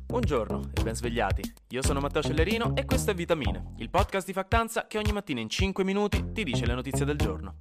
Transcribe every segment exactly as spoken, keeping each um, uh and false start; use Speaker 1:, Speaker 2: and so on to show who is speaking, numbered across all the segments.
Speaker 1: Buongiorno e ben svegliati, io sono Matteo Cellerino e questo è Vitamine, il podcast di Factanza che ogni mattina in cinque minuti ti dice le notizie del giorno.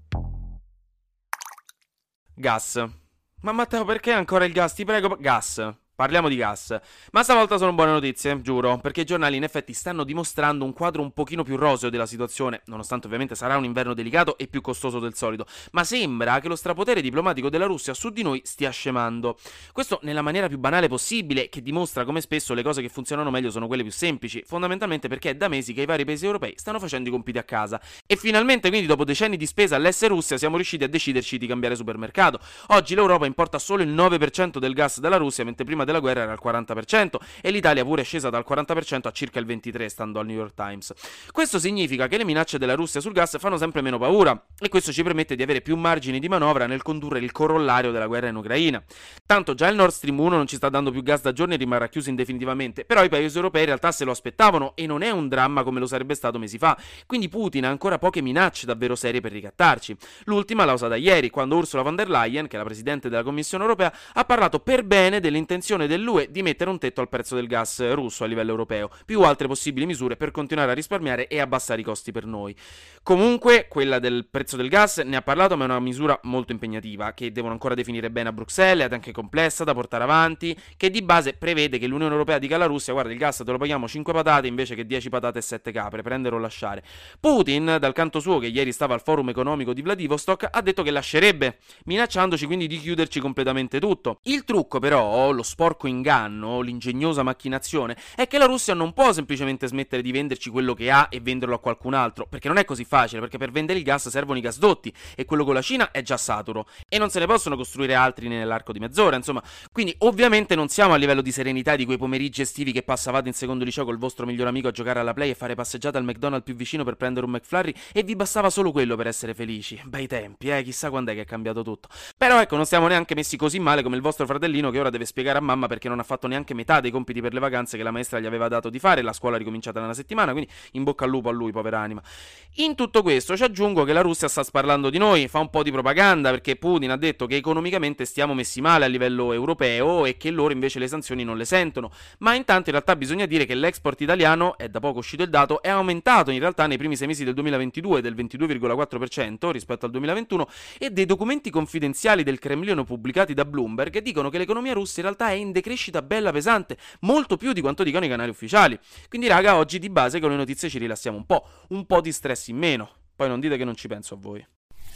Speaker 1: Gas. Ma Matteo, perché ancora il gas? Ti prego, gas. Parliamo di gas, ma stavolta sono buone notizie, giuro, perché i giornali in effetti stanno dimostrando un quadro un pochino più roseo della situazione, nonostante ovviamente sarà un inverno delicato e più costoso del solito, ma sembra che lo strapotere diplomatico della Russia su di noi stia scemando. Questo nella maniera più banale possibile, che dimostra come spesso le cose che funzionano meglio sono quelle più semplici, fondamentalmente perché è da mesi che i vari paesi europei stanno facendo i compiti a casa. E finalmente, quindi, dopo decenni di spesa all'est Russia, siamo riusciti a deciderci di cambiare supermercato. Oggi l'Europa importa solo il nove per cento del gas dalla Russia, mentre prima della guerra era al quaranta per cento e l'Italia pure è scesa dal quaranta per cento a circa il ventitré per cento stando al New York Times. Questo significa che le minacce della Russia sul gas fanno sempre meno paura e questo ci permette di avere più margini di manovra nel condurre il corollario della guerra in Ucraina. Tanto già il Nord Stream uno non ci sta dando più gas da giorni e rimarrà chiuso indefinitivamente, però i paesi europei in realtà se lo aspettavano e non è un dramma come lo sarebbe stato mesi fa, quindi Putin ha ancora poche minacce davvero serie per ricattarci. L'ultima l'ha usata ieri, quando Ursula von der Leyen, che è la presidente della Commissione europea, ha parlato per bene dell'intenzione dell'U E di mettere un tetto al prezzo del gas russo a livello europeo, più altre possibili misure per continuare a risparmiare e abbassare i costi per noi. Comunque, quella del prezzo del gas ne ha parlato, ma è una misura molto impegnativa, che devono ancora definire bene a Bruxelles, ed anche complessa da portare avanti, che di base prevede che l'Unione Europea dica alla Russia: guarda, il gas te lo paghiamo cinque patate invece che dieci patate e sette capre, prendere o lasciare. Putin, dal canto suo, che ieri stava al forum economico di Vladivostok, ha detto che lascerebbe, minacciandoci quindi di chiuderci completamente tutto. Il trucco però, lo sporco inganno, l'ingegnosa macchinazione, è che la Russia non può semplicemente smettere di venderci quello che ha e venderlo a qualcun altro, perché non è così facile, perché per vendere il gas servono i gasdotti e quello con la Cina è già saturo e non se ne possono costruire altri nell'arco di mezz'ora, insomma. Quindi ovviamente non siamo a livello di serenità di quei pomeriggi estivi che passavate in secondo liceo col vostro miglior amico a giocare alla Play e fare passeggiate al McDonald's più vicino per prendere un McFlurry e vi bastava solo quello per essere felici. Bei tempi, eh, chissà quando è che è cambiato tutto. Però ecco, non stiamo neanche messi così male come il vostro fratellino che ora deve spiegare a mamma perché non ha fatto neanche metà dei compiti per le vacanze che la maestra gli aveva dato di fare, la scuola è ricominciata da una settimana, quindi in bocca al lupo a lui, povera anima. In tutto questo ci aggiungo che la Russia sta sparlando di noi, fa un po' di propaganda perché Putin ha detto che economicamente stiamo messi male a livello europeo e che loro invece le sanzioni non le sentono, ma intanto in realtà bisogna dire che l'export italiano, è da poco uscito il dato, è aumentato in realtà nei primi sei mesi del duemilaventidue del ventidue virgola quattro per cento rispetto al duemilaventuno e dei documenti confidenziali del Cremlino pubblicati da Bloomberg dicono che l'economia russa in realtà è in decrescita bella pesante, molto più di quanto dicano i canali ufficiali. Quindi raga, oggi di base con le notizie ci rilassiamo un po', un po' di stress in meno. Poi non dite che non ci penso a voi.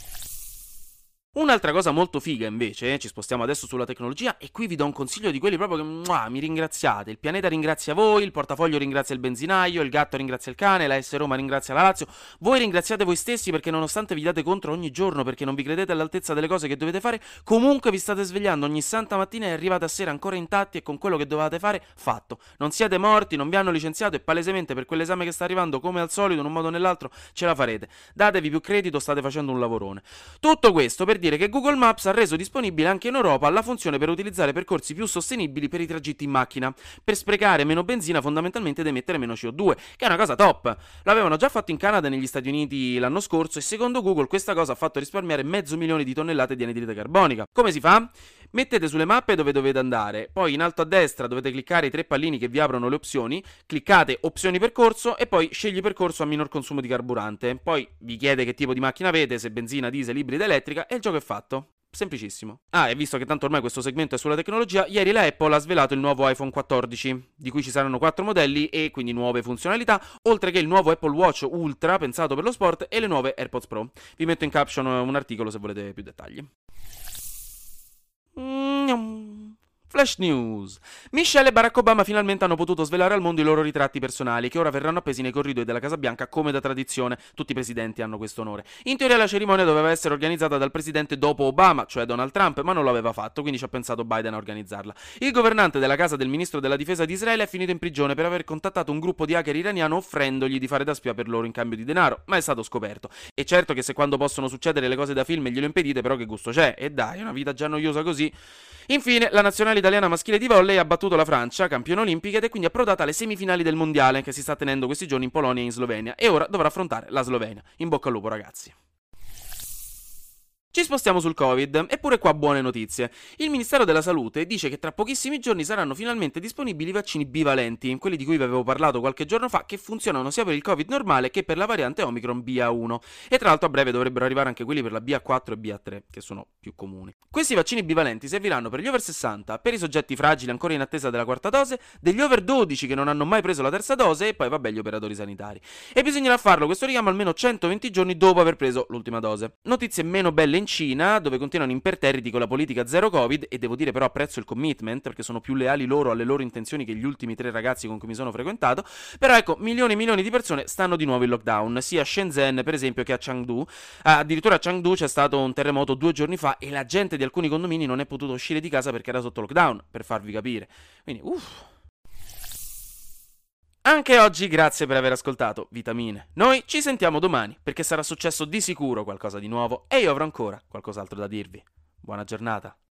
Speaker 1: Un'altra cosa molto figa invece, eh, ci spostiamo adesso sulla tecnologia e qui vi do un consiglio di quelli proprio che muah, mi ringraziate, il pianeta ringrazia voi, il portafoglio ringrazia il benzinaio, il gatto ringrazia il cane, la S Roma ringrazia la Lazio, voi ringraziate voi stessi perché nonostante vi date contro ogni giorno perché non vi credete all'altezza delle cose che dovete fare, comunque vi state svegliando ogni santa mattina e arrivate a sera ancora intatti e con quello che dovevate fare fatto. Non siete morti, non vi hanno licenziato e palesemente per quell'esame che sta arrivando come al solito in un modo o nell'altro ce la farete. Datevi più credito, state facendo un lavorone. Tutto questo per dire che Google Maps ha reso disponibile anche in Europa la funzione per utilizzare percorsi più sostenibili per i tragitti in macchina, per sprecare meno benzina fondamentalmente ed emettere meno C O due, che è una cosa top. L'avevano già fatto in Canada e negli Stati Uniti l'anno scorso e secondo Google questa cosa ha fatto risparmiare mezzo milione di tonnellate di anidride carbonica. Come si fa? Mettete sulle mappe dove dovete andare, poi in alto a destra dovete cliccare i tre pallini che vi aprono le opzioni, cliccate opzioni percorso e poi scegli percorso a minor consumo di carburante, poi vi chiede che tipo di macchina avete, se benzina, diesel, ibrida, elettrica e il gioco è fatto. Semplicissimo. Ah, e visto che tanto ormai questo segmento è sulla tecnologia, ieri la Apple ha svelato il nuovo iPhone quattordici, di cui ci saranno quattro modelli e quindi nuove funzionalità, oltre che il nuovo Apple Watch Ultra pensato per lo sport e le nuove AirPods Pro. Vi metto in caption un articolo se volete più dettagli. Mm-hmm. Flash News. Michelle e Barack Obama finalmente hanno potuto svelare al mondo i loro ritratti personali, che ora verranno appesi nei corridoi della Casa Bianca come da tradizione. Tutti i presidenti hanno questo onore. In teoria la cerimonia doveva essere organizzata dal presidente dopo Obama, cioè Donald Trump, ma non lo aveva fatto, quindi ci ha pensato Biden a organizzarla. Il governante della casa del ministro della difesa di Israele è finito in prigione per aver contattato un gruppo di hacker iraniano offrendogli di fare da spia per loro in cambio di denaro, ma è stato scoperto. E certo che se quando possono succedere le cose da film glielo impedite, però che gusto c'è? E dai, una vita già noiosa così. Infine, la nazionale italiana maschile di volley ha battuto la Francia, campione olimpica, ed è quindi approdata alle semifinali del mondiale che si sta tenendo questi giorni in Polonia e in Slovenia, e ora dovrà affrontare la Slovenia. In bocca al lupo, ragazzi. Ci spostiamo sul Covid, eppure qua buone notizie. Il Ministero della Salute dice che tra pochissimi giorni saranno finalmente disponibili i vaccini bivalenti, quelli di cui vi avevo parlato qualche giorno fa, che funzionano sia per il Covid normale che per la variante Omicron B A uno. E tra l'altro a breve dovrebbero arrivare anche quelli per la B A quattro e B A tre, che sono più comuni. Questi vaccini bivalenti serviranno per gli over sessanta, per i soggetti fragili ancora in attesa della quarta dose, degli over dodici che non hanno mai preso la terza dose e poi vabbè gli operatori sanitari. E bisognerà farlo questo richiamo almeno centoventi giorni dopo aver preso l'ultima dose. Notizie meno belle in Cina, dove continuano imperterriti con la politica zero Covid, e devo dire però apprezzo il commitment, perché sono più leali loro alle loro intenzioni che gli ultimi tre ragazzi con cui mi sono frequentato. Però ecco, milioni e milioni di persone stanno di nuovo in lockdown, sia a Shenzhen per esempio che a Chengdu. Ah, addirittura a Chengdu c'è stato un terremoto due giorni fa e la gente di alcuni condomini non è potuta uscire di casa perché era sotto lockdown, per farvi capire. Quindi, uff. Anche oggi grazie per aver ascoltato Vitamine. Noi ci sentiamo domani, perché sarà successo di sicuro qualcosa di nuovo e io avrò ancora qualcos'altro da dirvi. Buona giornata.